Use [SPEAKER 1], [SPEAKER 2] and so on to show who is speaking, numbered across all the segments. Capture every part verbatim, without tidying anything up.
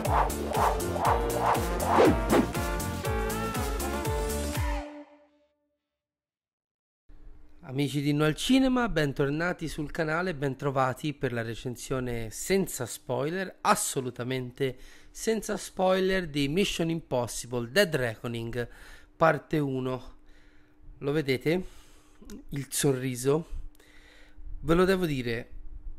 [SPEAKER 1] Amici di No al Cinema, bentornati sul canale, bentrovati per la recensione senza spoiler, assolutamente senza spoiler, di Mission Impossible Dead Reckoning parte uno. Lo vedete? Il sorriso? Ve lo devo dire,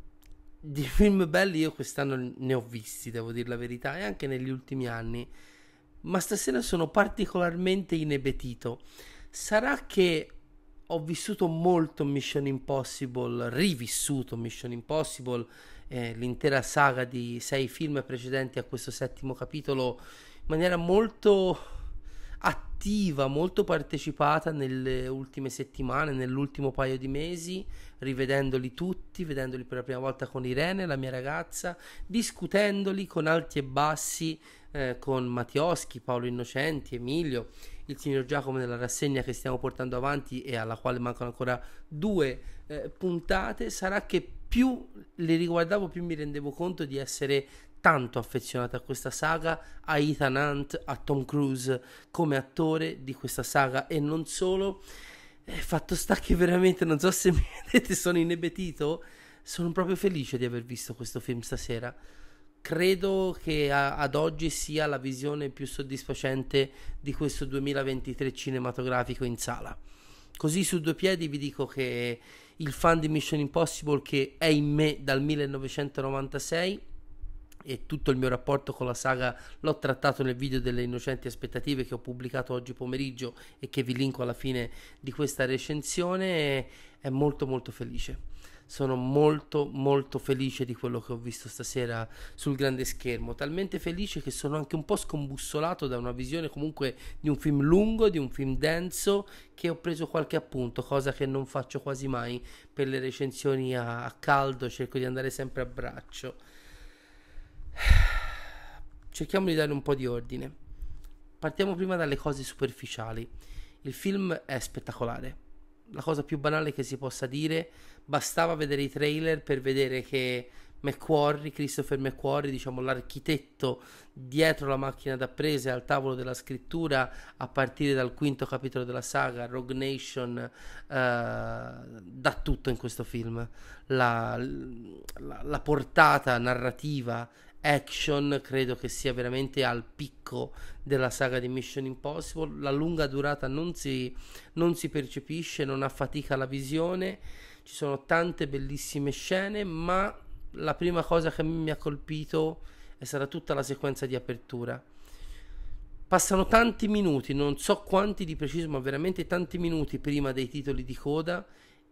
[SPEAKER 1] di film belli io quest'anno ne ho visti, devo dire la verità, e anche negli ultimi anni, ma stasera sono particolarmente inebetito. Sarà che ho vissuto molto Mission Impossible, rivissuto Mission Impossible, eh, l'intera saga di sei film precedenti a questo settimo capitolo, in maniera molto attiva, molto partecipata nelle ultime settimane, nell'ultimo paio di mesi, rivedendoli tutti, vedendoli per la prima volta con Irene, la mia ragazza, discutendoli con alti e bassi, eh, con Mattioschi, Paolo Innocenti, Emilio, il signor Giacomo nella rassegna che stiamo portando avanti e alla quale mancano ancora due eh, puntate. Sarà che più le riguardavo, più mi rendevo conto di essere tanto affezionato a questa saga, a Ethan Hunt, a Tom Cruise come attore di questa saga e non solo. Eh, fatto sta che veramente, non so se mi vedete, sono inebetito, sono proprio felice di aver visto questo film stasera. Credo che a, ad oggi sia la visione più soddisfacente di questo duemilaventitré cinematografico in sala. Così su due piedi vi dico che il fan di Mission Impossible che è in me dal millenovecentonovantasei, e tutto il mio rapporto con la saga l'ho trattato nel video delle innocenti aspettative che ho pubblicato oggi pomeriggio e che vi linko alla fine di questa recensione, è molto molto felice. Sono molto molto felice di quello che ho visto stasera sul grande schermo, talmente felice che sono anche un po' scombussolato da una visione comunque di un film lungo, di un film denso, che ho preso qualche appunto, cosa che non faccio quasi mai per le recensioni a, a caldo, cerco di andare sempre a braccio. Cerchiamo di dare un po' di ordine. Partiamo prima dalle cose superficiali. Il film è spettacolare, la cosa più banale che si possa dire. Bastava vedere i trailer per vedere che McQuarrie, Christopher McQuarrie, diciamo l'architetto dietro la macchina da prese al tavolo della scrittura a partire dal quinto capitolo della saga Rogue Nation, eh, dà tutto in questo film. La, la, la portata narrativa, action, credo che sia veramente al picco della saga di Mission Impossible. La lunga durata non si, non si percepisce, non affatica la visione. Ci sono tante bellissime scene, ma la prima cosa che mi ha colpito è stata tutta la sequenza di apertura. Passano tanti minuti, non so quanti di preciso, ma veramente tanti minuti prima dei titoli di coda,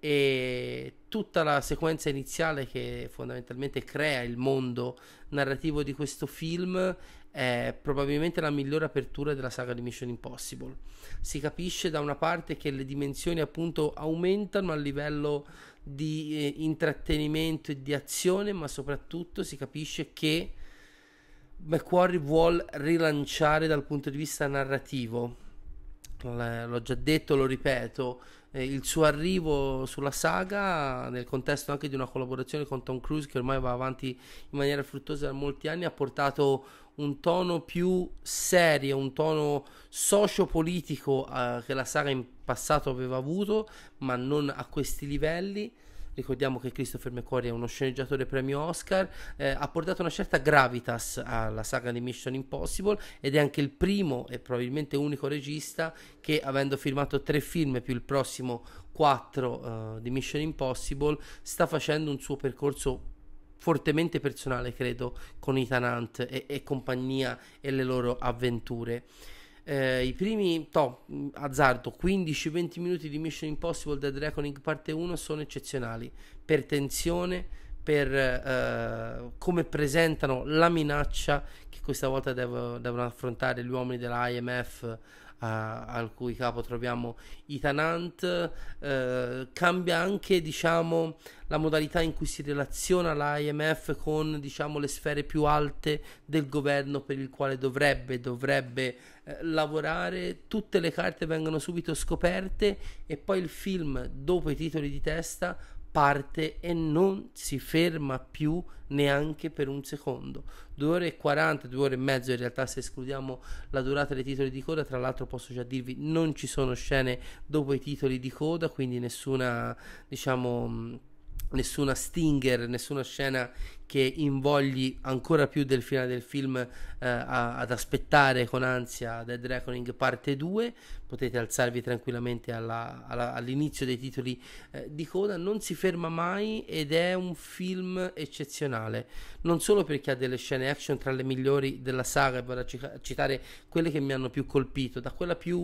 [SPEAKER 1] e tutta la sequenza iniziale che fondamentalmente crea il mondo narrativo di questo film è probabilmente la migliore apertura della saga di Mission Impossible. Si capisce da una parte che le dimensioni appunto aumentano a livello di eh, intrattenimento e di azione, ma soprattutto si capisce che McQuarrie vuole rilanciare dal punto di vista narrativo. L'ho già detto, lo ripeto, eh, il suo arrivo sulla saga nel contesto anche di una collaborazione con Tom Cruise che ormai va avanti in maniera fruttuosa da molti anni ha portato un tono più serio, un tono sociopolitico eh, che la saga in passato aveva avuto, ma non a questi livelli. Ricordiamo che Christopher McQuarrie è uno sceneggiatore premio Oscar, eh, ha portato una certa gravitas alla saga di Mission Impossible ed è anche il primo e probabilmente unico regista che, avendo firmato tre film più il prossimo quattro uh, di Mission Impossible, sta facendo un suo percorso fortemente personale, credo, con Ethan Hunt e, e compagnia e le loro avventure. Eh, i primi to, azzardo quindici venti minuti di Mission Impossible Dead Reckoning parte uno sono eccezionali per tensione, per eh, come presentano la minaccia che questa volta devo, devono affrontare gli uomini della I M F, Uh, al cui capo troviamo Ethan Hunt. Uh, cambia anche, diciamo, la modalità in cui si relaziona la I M F con, diciamo, le sfere più alte del governo per il quale dovrebbe dovrebbe uh, lavorare. Tutte le carte vengono subito scoperte e poi il film, dopo i titoli di testa, parte e non si ferma più neanche per un secondo. Due ore e quaranta, due ore e mezzo in realtà, se escludiamo la durata dei titoli di coda. Tra l'altro posso già dirvi, non ci sono scene dopo i titoli di coda, quindi nessuna, diciamo, nessuna stinger, nessuna scena che invogli ancora più del finale del film eh, a, ad aspettare con ansia Dead Reckoning parte due. Potete alzarvi tranquillamente alla, alla, all'inizio dei titoli eh, di coda. Non si ferma mai ed è un film eccezionale, non solo perché ha delle scene action tra le migliori della saga, e vado a citare quelle che mi hanno più colpito, da quella più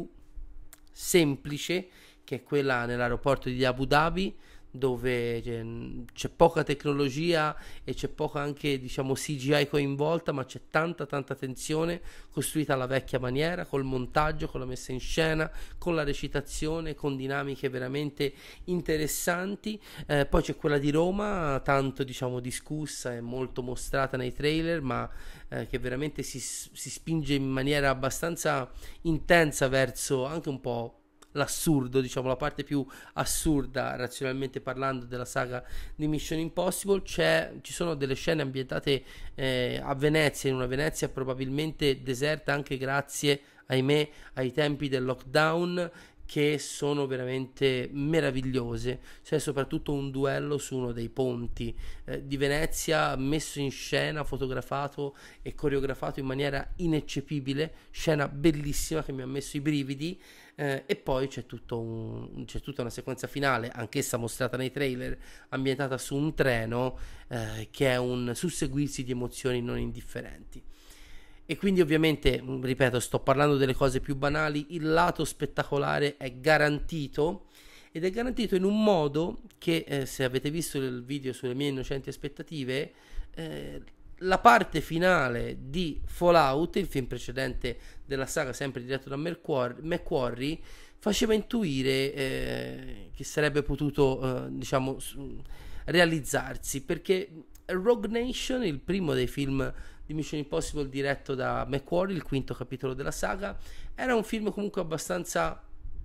[SPEAKER 1] semplice, che è quella nell'aeroporto di Abu Dhabi, dove c'è, c'è poca tecnologia e c'è poca anche, diciamo, C G I coinvolta, ma c'è tanta tanta tensione costruita alla vecchia maniera, col montaggio, con la messa in scena, con la recitazione, con dinamiche veramente interessanti. Eh, poi c'è quella di Roma, tanto, diciamo, discussa e molto mostrata nei trailer, ma eh, che veramente si, si spinge in maniera abbastanza intensa verso anche un po' l'assurdo, diciamo la parte più assurda razionalmente parlando della saga di Mission Impossible. C'è, ci sono delle scene ambientate eh, a Venezia, in una Venezia probabilmente deserta anche grazie, ahimè, ai tempi del lockdown, che sono veramente meravigliose. C'è soprattutto un duello su uno dei ponti eh, di Venezia, messo in scena, fotografato e coreografato in maniera ineccepibile, scena bellissima che mi ha messo i brividi. Eh, e poi c'è, tutto un, c'è tutta una sequenza finale, anch'essa mostrata nei trailer, ambientata su un treno, eh, che è un susseguirsi di emozioni non indifferenti. E quindi ovviamente, ripeto, sto parlando delle cose più banali, il lato spettacolare è garantito, ed è garantito in un modo che, eh, se avete visto il video sulle mie innocenti aspettative, eh, la parte finale di Fallout, il film precedente della saga sempre diretto da McQuarrie, faceva intuire eh, che sarebbe potuto, eh, diciamo, realizzarsi, perché Rogue Nation, il primo dei film di Mission Impossible diretto da McQuarrie, il quinto capitolo della saga, era un film comunque abbastanza,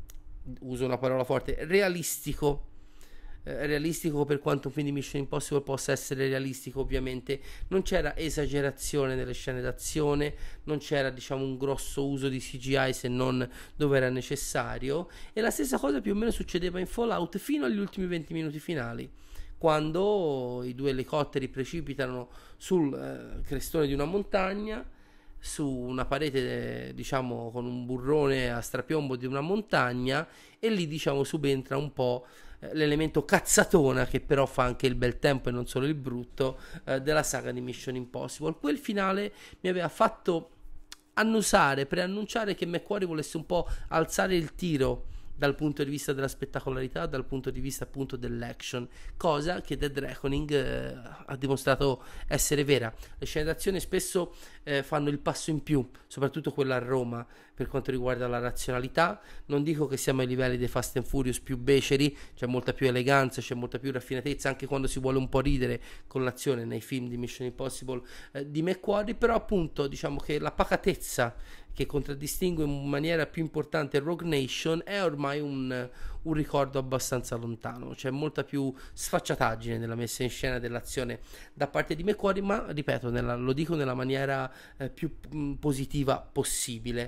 [SPEAKER 1] uso una parola forte, realistico. Eh, realistico per quanto un film di Mission Impossible possa essere realistico. Ovviamente non c'era esagerazione nelle scene d'azione, non c'era, diciamo, un grosso uso di C G I se non dove era necessario, e la stessa cosa più o meno succedeva in Fallout fino agli ultimi venti minuti finali, quando i due elicotteri precipitano sul eh, crestone di una montagna, su una parete, eh, diciamo, con un burrone a strapiombo di una montagna, e lì, diciamo, subentra un po' l'elemento cazzatona, che però fa anche il bel tempo e non solo il brutto, eh, della saga di Mission Impossible. Quel finale mi aveva fatto annusare, preannunciare che McQuarrie volesse un po' alzare il tiro dal punto di vista della spettacolarità, dal punto di vista appunto dell'action, cosa che Dead Reckoning eh, ha dimostrato essere vera. Le scene d'azione spesso eh, fanno il passo in più, soprattutto quella a Roma, per quanto riguarda la razionalità. Non dico che siamo ai livelli dei Fast and Furious più beceri, c'è molta più eleganza, c'è molta più raffinatezza, anche quando si vuole un po' ridere con l'azione nei film di Mission Impossible eh, di McQuarrie, però appunto diciamo che la pacatezza che contraddistingue in maniera più importante Rogue Nation è ormai un, un ricordo abbastanza lontano. C'è molta più sfacciataggine nella messa in scena dell'azione da parte di McQuarrie, ma ripeto, nella, lo dico nella maniera eh, più mh, positiva possibile.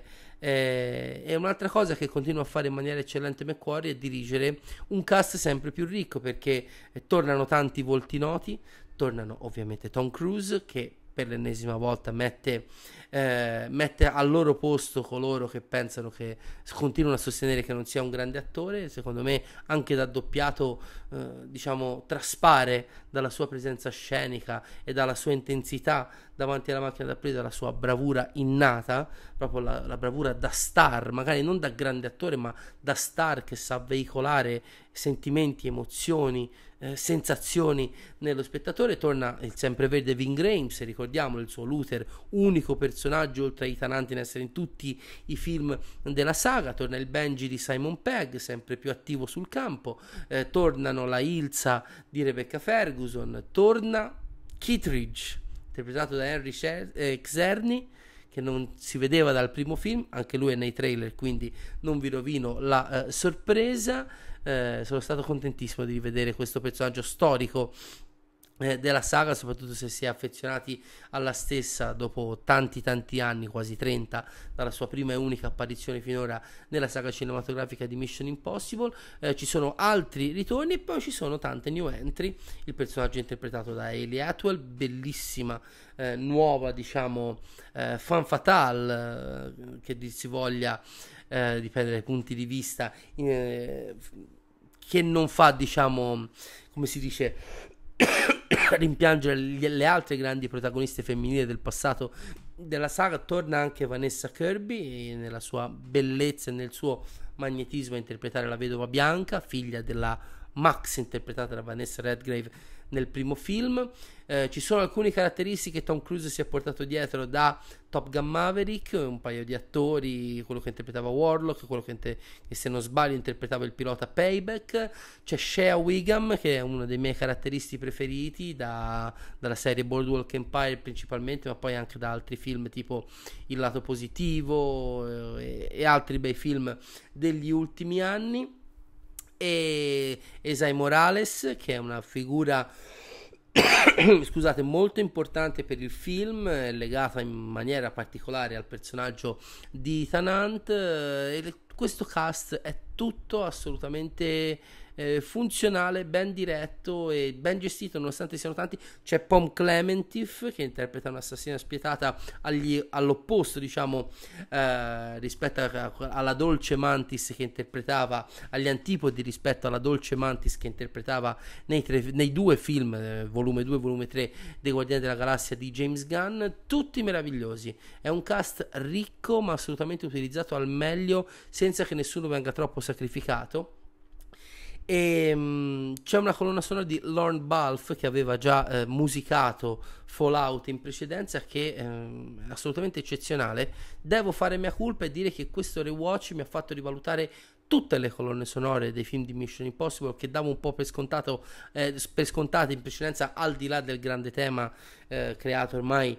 [SPEAKER 1] Eh, e un'altra cosa che continua a fare in maniera eccellente McQuarrie è dirigere un cast sempre più ricco, perché eh, tornano tanti volti noti, tornano ovviamente Tom Cruise, che per l'ennesima volta mette, eh, mette al loro posto coloro che pensano, che continuano a sostenere che non sia un grande attore. Secondo me anche da doppiato eh, diciamo traspare dalla sua presenza scenica e dalla sua intensità davanti alla macchina da presa, dalla sua bravura innata, proprio la, la bravura da star, magari non da grande attore ma da star che sa veicolare sentimenti, emozioni, eh, sensazioni nello spettatore. Torna il sempreverde Ving Rhames, ricordiamolo, il suo Luther, unico personaggio oltre a Ethan Hunt in essere in tutti i film della saga. Torna il Benji di Simon Pegg, sempre più attivo sul campo. Eh, tornano la Ilsa di Rebecca Ferguson, torna Kittredge interpretato da Henry Czerny, che non si vedeva dal primo film, anche lui è nei trailer, quindi non vi rovino la eh, sorpresa. eh, sono stato contentissimo di rivedere questo personaggio storico eh, della saga, soprattutto se si è affezionati alla stessa dopo tanti tanti anni, quasi trenta, dalla sua prima e unica apparizione finora nella saga cinematografica di Mission Impossible. Eh, ci sono altri ritorni e poi ci sono tante new entry. Il personaggio interpretato da Hayley Atwell, bellissima, eh, nuova, diciamo, eh, fan fatale, eh, che dir si voglia, eh, dipende dai punti di vista, eh, che non fa, diciamo, come si dice, rimpiangere gli- le altre grandi protagoniste femminili del passato della saga. Torna anche Vanessa Kirby e nella sua bellezza e nel suo magnetismo a interpretare la vedova bianca, figlia della Max interpretata da Vanessa Redgrave nel primo film. Eh, ci sono alcune caratteristiche che Tom Cruise si è portato dietro da Top Gun Maverick, un paio di attori, quello che interpretava Warlock, quello che, inter- che se non sbaglio interpretava il pilota Payback. C'è Shea Wiggum, che è uno dei miei caratteristi preferiti da, dalla serie Boardwalk Empire principalmente, ma poi anche da altri film tipo Il lato positivo, eh, e altri bei film degli ultimi anni. E Esai Morales, che è una figura scusate, molto importante per il film, eh, legata in maniera particolare al personaggio di Ethan Hunt. eh, e questo cast è tutto assolutamente eh, funzionale, ben diretto e ben gestito, nonostante siano tanti. C'è Pom Klementif che interpreta un'assassina spietata agli, all'opposto, diciamo, eh, rispetto a, alla dolce Mantis che interpretava, agli antipodi rispetto alla dolce Mantis che interpretava nei, tre, nei due film, eh, volume due e volume tre dei Guardiani della Galassia di James Gunn. Tutti meravigliosi, è un cast ricco ma assolutamente utilizzato al meglio senza che nessuno venga troppo sacrificato. E um, c'è una colonna sonora di Lorne Balfe che aveva già eh, musicato Fallout in precedenza, che ehm, è assolutamente eccezionale. Devo fare mia colpa e dire che questo rewatch mi ha fatto rivalutare tutte le colonne sonore dei film di Mission Impossible, che davo un po' per scontato, eh, per scontate in precedenza, al di là del grande tema eh, creato ormai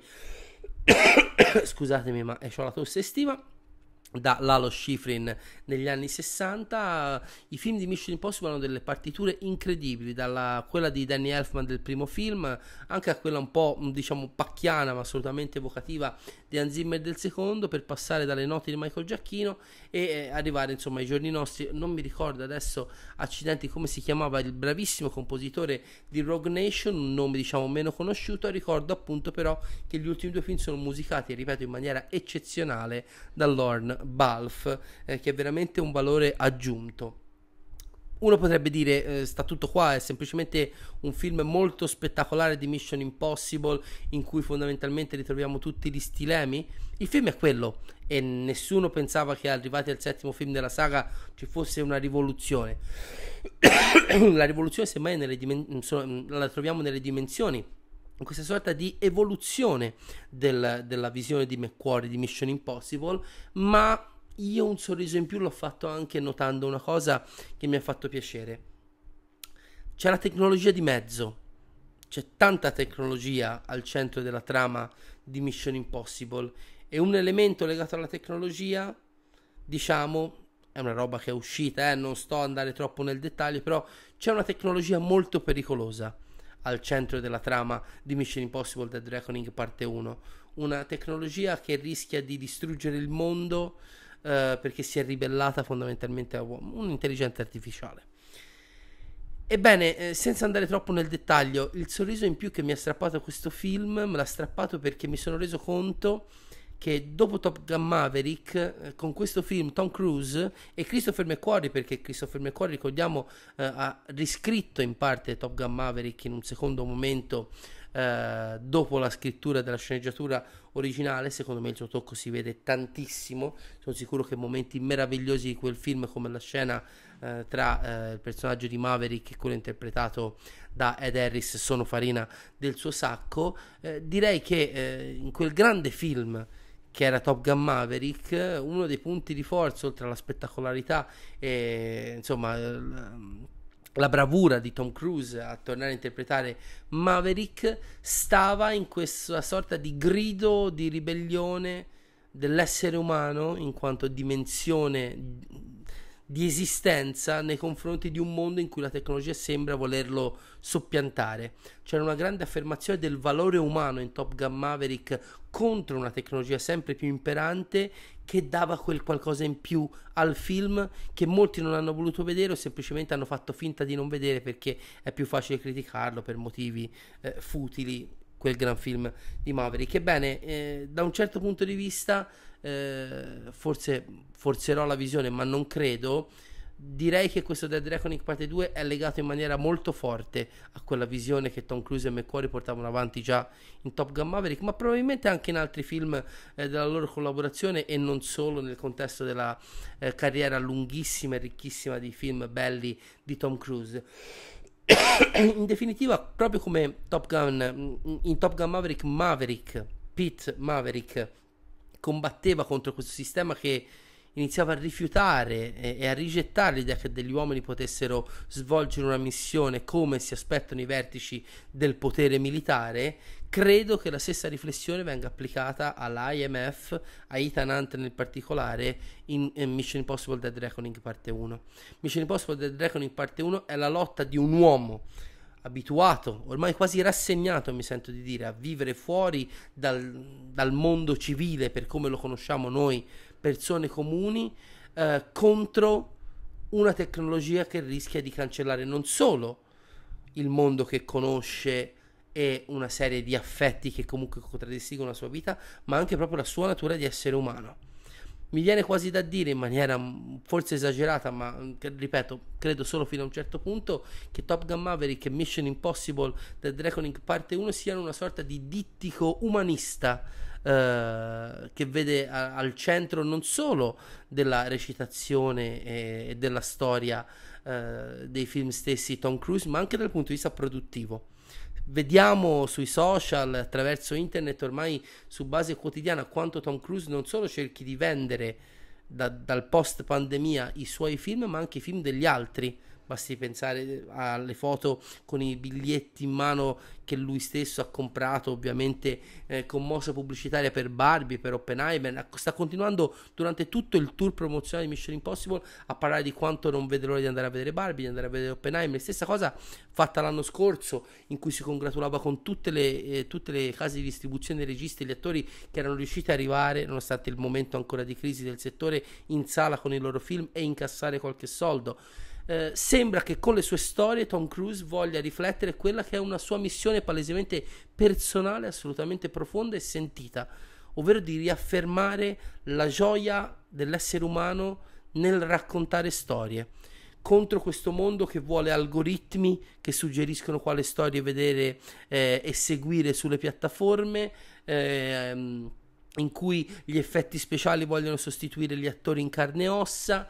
[SPEAKER 1] scusatemi, ma ho la tosse estiva, da Lalo Schifrin negli anni sessanta. I film di Mission Impossible hanno delle partiture incredibili, dalla quella di Danny Elfman del primo film anche a quella un po', diciamo, pacchiana ma assolutamente evocativa di Hans Zimmer del secondo, per passare dalle note di Michael Giacchino e eh, arrivare insomma ai giorni nostri. Non mi ricordo adesso, accidenti, come si chiamava il bravissimo compositore di Rogue Nation, un nome diciamo meno conosciuto. Ricordo appunto però che gli ultimi due film sono musicati, ripeto, in maniera eccezionale da Lorne Balfe, eh, che è veramente un valore aggiunto. Uno potrebbe dire eh, sta tutto qua, è semplicemente un film molto spettacolare di Mission Impossible in cui fondamentalmente ritroviamo tutti gli stilemi. Il film è quello e nessuno pensava che arrivati al settimo film della saga ci fosse una rivoluzione. La rivoluzione semmai nelle dimen- la troviamo nelle dimensioni, in questa sorta di evoluzione del, della visione di McQuarrie di Mission Impossible. Ma io un sorriso in più l'ho fatto anche notando una cosa che mi ha fatto piacere: c'è la tecnologia di mezzo, c'è tanta tecnologia al centro della trama di Mission Impossible, e un elemento legato alla tecnologia, diciamo, è una roba che è uscita, eh, non sto ad andare troppo nel dettaglio, però c'è una tecnologia molto pericolosa al centro della trama di Mission Impossible Dead Reckoning parte uno, una tecnologia che rischia di distruggere il mondo eh, perché si è ribellata fondamentalmente a un'intelligenza artificiale. Ebbene, eh, senza andare troppo nel dettaglio, il sorriso in più che mi ha strappato questo film me l'ha strappato perché mi sono reso conto che dopo Top Gun Maverick, eh, con questo film Tom Cruise e Christopher McQuarrie, perché Christopher McQuarrie, ricordiamo, eh, ha riscritto in parte Top Gun Maverick in un secondo momento, eh, dopo la scrittura della sceneggiatura originale. Secondo me il suo tocco si vede tantissimo, sono sicuro che momenti meravigliosi di quel film, come la scena eh, tra eh, il personaggio di Maverick e quello interpretato da Ed Harris, sono farina del suo sacco. Eh, direi che eh, in quel grande film che era Top Gun Maverick, uno dei punti di forza, oltre alla spettacolarità e insomma la bravura di Tom Cruise a tornare a interpretare Maverick, stava in questa sorta di grido di ribellione dell'essere umano in quanto dimensione di esistenza nei confronti di un mondo in cui la tecnologia sembra volerlo soppiantare. C'era una grande affermazione del valore umano in Top Gun Maverick contro una tecnologia sempre più imperante, che dava quel qualcosa in più al film che molti non hanno voluto vedere o semplicemente hanno fatto finta di non vedere perché è più facile criticarlo per motivi eh, futili, quel gran film di Maverick. Ebbene, eh, da un certo punto di vista, eh, forse forzerò la visione, ma non credo, direi che questo Dead Reckoning parte due è legato in maniera molto forte a quella visione che Tom Cruise e McQuarrie portavano avanti già in Top Gun Maverick, ma probabilmente anche in altri film eh, della loro collaborazione, e non solo nel contesto della eh, carriera lunghissima e ricchissima di film belli di Tom Cruise. In definitiva, proprio come Top Gun, in Top Gun Maverick, Maverick, Pete Maverick combatteva contro questo sistema che iniziava a rifiutare e, e a rigettare l'idea che degli uomini potessero svolgere una missione come si aspettano i vertici del potere militare. Credo che la stessa riflessione venga applicata all'I M F, a Ethan Hunt nel particolare, in, in Mission Impossible Dead Reckoning parte uno. Mission Impossible Dead Reckoning parte uno è la lotta di un uomo abituato, ormai quasi rassegnato, mi sento di dire, a vivere fuori dal, dal mondo civile per come lo conosciamo noi, persone comuni, eh, contro una tecnologia che rischia di cancellare non solo il mondo che conosce e una serie di affetti che comunque contraddistinguono la sua vita, ma anche proprio la sua natura di essere umano. Mi viene quasi da dire, in maniera forse esagerata, ma ripeto, credo solo fino a un certo punto, che Top Gun Maverick e Mission Impossible Dead Reckoning parte uno siano una sorta di dittico umanista, eh, che vede a, al centro non solo della recitazione e, e della storia eh, dei film stessi Tom Cruise, ma anche dal punto di vista produttivo. Vediamo sui social, attraverso internet, ormai su base quotidiana, quanto Tom Cruise non solo cerchi di vendere da, dal post pandemia i suoi film, ma anche i film degli altri. Basti pensare alle foto con i biglietti in mano che lui stesso ha comprato, ovviamente eh, con mossa pubblicitaria per Barbie, per Oppenheimer. Sta continuando durante tutto il tour promozionale di Mission Impossible a parlare di quanto non vede l'ora di andare a vedere Barbie, di andare a vedere Oppenheimer. Stessa cosa fatta l'anno scorso, in cui si congratulava con tutte le, eh, tutte le case di distribuzione, dei registi e gli attori che erano riusciti ad arrivare, nonostante il momento ancora di crisi del settore, in sala con i loro film e incassare qualche soldo. Eh, sembra che con le sue storie Tom Cruise voglia riflettere quella che è una sua missione palesemente personale, assolutamente profonda e sentita, ovvero di riaffermare la gioia dell'essere umano nel raccontare storie, contro questo mondo che vuole algoritmi che suggeriscono quale storie vedere eh, e seguire sulle piattaforme, eh, in cui gli effetti speciali vogliono sostituire gli attori in carne e ossa,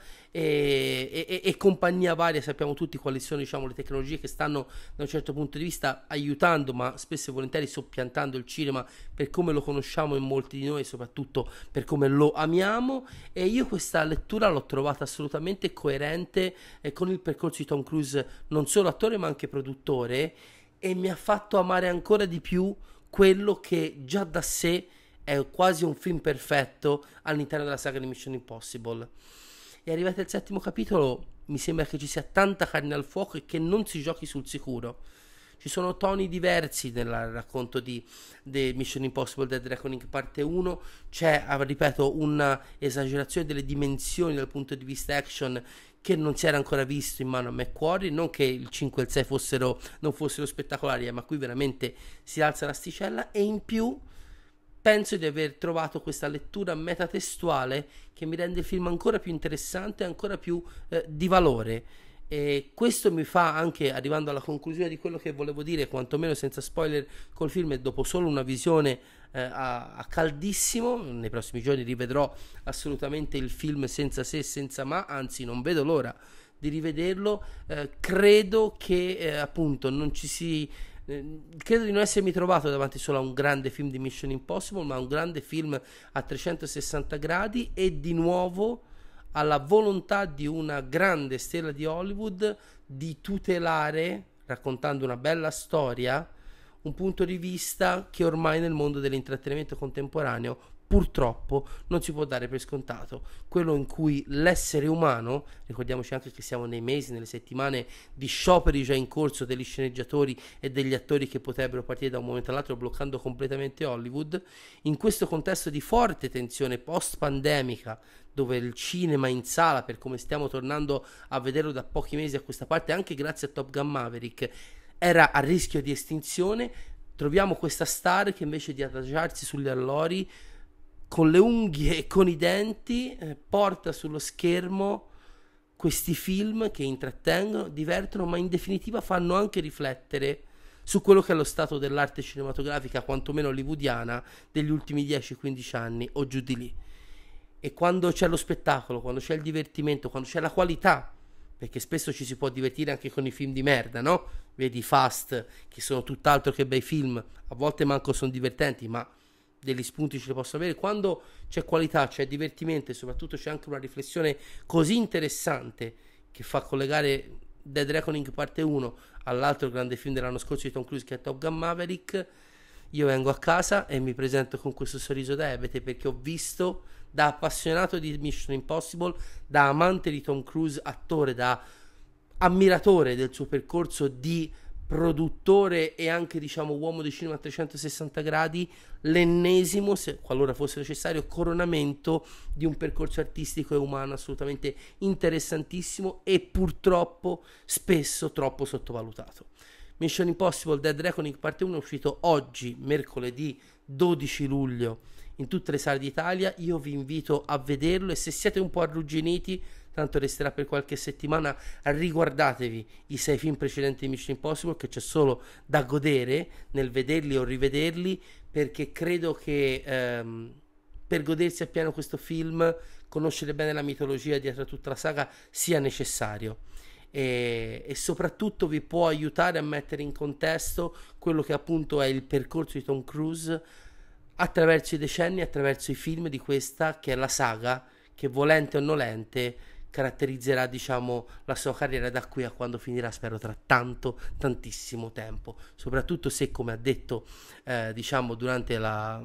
[SPEAKER 1] e, e, e compagnia varia. Sappiamo tutti quali sono, diciamo, le tecnologie che stanno da un certo punto di vista aiutando, ma spesso e volentieri soppiantando il cinema per come lo conosciamo in molti di noi, e soprattutto per come lo amiamo. E io questa lettura l'ho trovata assolutamente coerente eh, con il percorso di Tom Cruise, non solo attore ma anche produttore, e mi ha fatto amare ancora di più quello che già da sé è quasi un film perfetto all'interno della saga di Mission Impossible. E arrivati al settimo capitolo mi sembra che ci sia tanta carne al fuoco e che non si giochi sul sicuro. Ci sono toni diversi nel racconto di The Mission Impossible Dead Reckoning parte uno. C'è, ripeto, una esagerazione delle dimensioni dal punto di vista action che non si era ancora visto in mano a McQuarrie. Non che il cinque e il sei fossero, non fossero spettacolari, eh, ma qui veramente si alza l'asticella. E in più penso di aver trovato questa lettura metatestuale che mi rende il film ancora più interessante e ancora più eh, di valore. E questo mi fa, anche arrivando alla conclusione di quello che volevo dire, quantomeno senza spoiler, col film, e dopo solo una visione eh, a, a caldissimo, nei prossimi giorni rivedrò assolutamente il film senza se e senza ma, anzi non vedo l'ora di rivederlo. Eh, credo che eh, appunto non ci si credo di non essermi trovato davanti solo a un grande film di Mission Impossible, ma a un grande film a trecentosessanta gradi, e di nuovo alla volontà di una grande stella di Hollywood di tutelare, raccontando una bella storia, un punto di vista che ormai nel mondo dell'intrattenimento contemporaneo purtroppo non si può dare per scontato, quello in cui l'essere umano, ricordiamoci anche che siamo nei mesi, nelle settimane di scioperi già in corso degli sceneggiatori e degli attori che potrebbero partire da un momento all'altro bloccando completamente Hollywood, in questo contesto di forte tensione post-pandemica, dove il cinema in sala, per come stiamo tornando a vederlo da pochi mesi a questa parte, anche grazie a Top Gun Maverick, era a rischio di estinzione, troviamo questa star che invece di adagiarsi sugli allori, con le unghie e con i denti, eh, porta sullo schermo questi film che intrattengono, divertono, ma in definitiva fanno anche riflettere su quello che è lo stato dell'arte cinematografica, quantomeno hollywoodiana, degli ultimi dieci quindici anni o giù di lì. E quando c'è lo spettacolo, quando c'è il divertimento, quando c'è la qualità, perché spesso ci si può divertire anche con i film di merda, no? Vedi Fast, che sono tutt'altro che bei film, a volte manco sono divertenti, ma degli spunti ce li posso avere. Quando c'è qualità, c'è divertimento e soprattutto c'è anche una riflessione così interessante che fa collegare Dead Reckoning parte uno all'altro grande film dell'anno scorso di Tom Cruise che è Top Gun Maverick, io vengo a casa e mi presento con questo sorriso da ebete, perché ho visto, da appassionato di Mission Impossible, da amante di Tom Cruise, attore, da ammiratore del suo percorso di produttore e anche diciamo uomo di cinema a trecentosessanta gradi, l'ennesimo, se qualora fosse necessario, coronamento di un percorso artistico e umano assolutamente interessantissimo e purtroppo spesso troppo sottovalutato. Mission Impossible Dead Reckoning parte uno è uscito oggi, mercoledì dodici luglio, in tutte le sale d'Italia. Io vi invito a vederlo e se siete un po' arrugginiti, tanto resterà per qualche settimana, riguardatevi i sei film precedenti di Mission Impossible, che c'è solo da godere nel vederli o rivederli, perché credo che ehm, per godersi appieno questo film, conoscere bene la mitologia dietro a tutta la saga sia necessario. E, e soprattutto vi può aiutare a mettere in contesto quello che appunto è il percorso di Tom Cruise attraverso i decenni, attraverso i film di questa che è la saga che, volente o nolente, caratterizzerà diciamo la sua carriera da qui a quando finirà, spero tra tanto tantissimo tempo, soprattutto se, come ha detto eh, diciamo durante la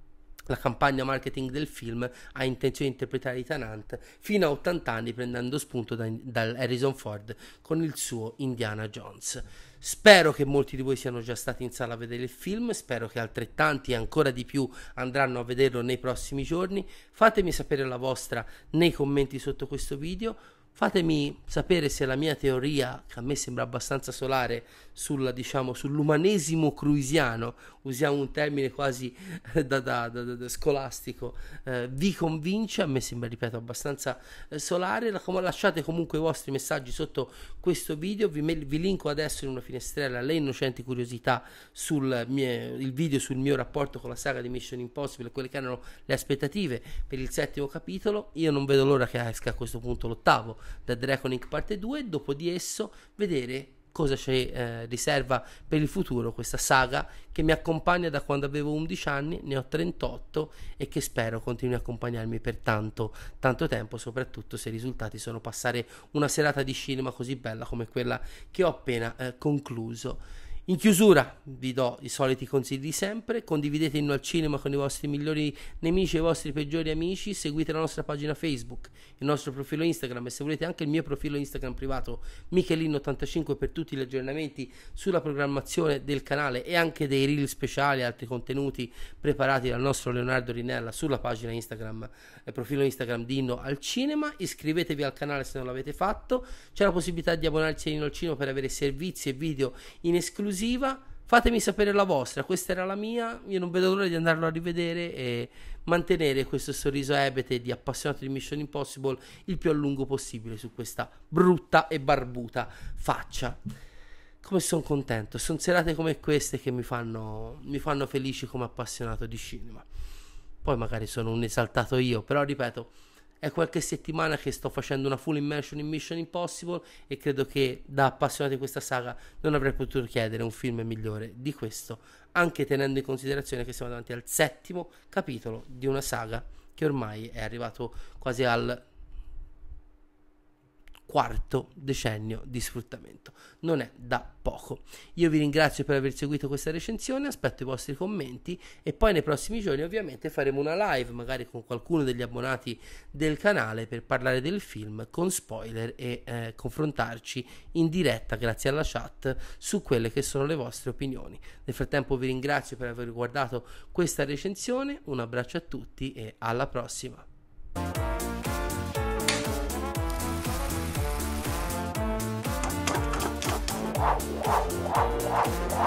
[SPEAKER 1] la campagna marketing del film, ha intenzione di interpretare Ethan Hunt fino a ottanta anni, prendendo spunto da, dal Harrison Ford con il suo Indiana Jones. Spero che molti di voi siano già stati in sala a vedere il film, spero che altrettanti e ancora di più andranno a vederlo nei prossimi giorni. Fatemi sapere la vostra nei commenti sotto questo video. Fatemi sapere se la mia teoria, che a me sembra abbastanza solare, sul, diciamo, sull'umanesimo cruisiano, usiamo un termine quasi da, da, da, da scolastico, eh, vi convince. A me sembra, ripeto, abbastanza eh, solare. La, com- lasciate comunque i vostri messaggi sotto questo video, vi, me- vi linko adesso in una finestrella le innocenti curiosità sul mie- il video sul mio rapporto con la saga di Mission Impossible, quelle che erano le aspettative per il settimo capitolo. Io non vedo l'ora che esca a questo punto l'ottavo, Dead Reckoning parte due, e dopo di esso vedere cosa ci eh, riserva per il futuro questa saga che mi accompagna da quando avevo undici anni, ne ho trentotto, e che spero continui a accompagnarmi per tanto tanto tempo, soprattutto se i risultati sono passare una serata di cinema così bella come quella che ho appena eh, concluso. In chiusura vi do i soliti consigli di sempre: condividete Inno al Cinema con i vostri migliori nemici e i vostri peggiori amici, seguite la nostra pagina Facebook, il nostro profilo Instagram e se volete anche il mio profilo Instagram privato Michelin ottantacinque per tutti gli aggiornamenti sulla programmazione del canale e anche dei reel speciali e altri contenuti preparati dal nostro Leonardo Rinella sulla pagina Instagram, eh, profilo Instagram di Inno al Cinema. Iscrivetevi al canale se non l'avete fatto, c'è la possibilità di abbonarsi a Inno al Cinema per avere servizi e video in esclusiva. Fatemi sapere la vostra, questa era la mia, io non vedo l'ora di andarlo a rivedere e mantenere questo sorriso ebete di appassionato di Mission Impossible il più a lungo possibile su questa brutta e barbuta faccia. Come sono contento, sono serate come queste che mi fanno, mi fanno felici come appassionato di cinema. Poi magari sono un esaltato io, però ripeto, è qualche settimana che sto facendo una full immersion in Mission Impossible e credo che da appassionato di questa saga non avrei potuto chiedere un film migliore di questo, anche tenendo in considerazione che siamo davanti al settimo capitolo di una saga che ormai è arrivato quasi al quarto decennio di sfruttamento. Non è da poco. Io vi ringrazio per aver seguito questa recensione, aspetto i vostri commenti e poi nei prossimi giorni ovviamente faremo una live magari con qualcuno degli abbonati del canale per parlare del film con spoiler e eh, confrontarci in diretta grazie alla chat su quelle che sono le vostre opinioni. Nel frattempo vi ringrazio per aver guardato questa recensione, un abbraccio a tutti e alla prossima. Wow, wow, wow, wow.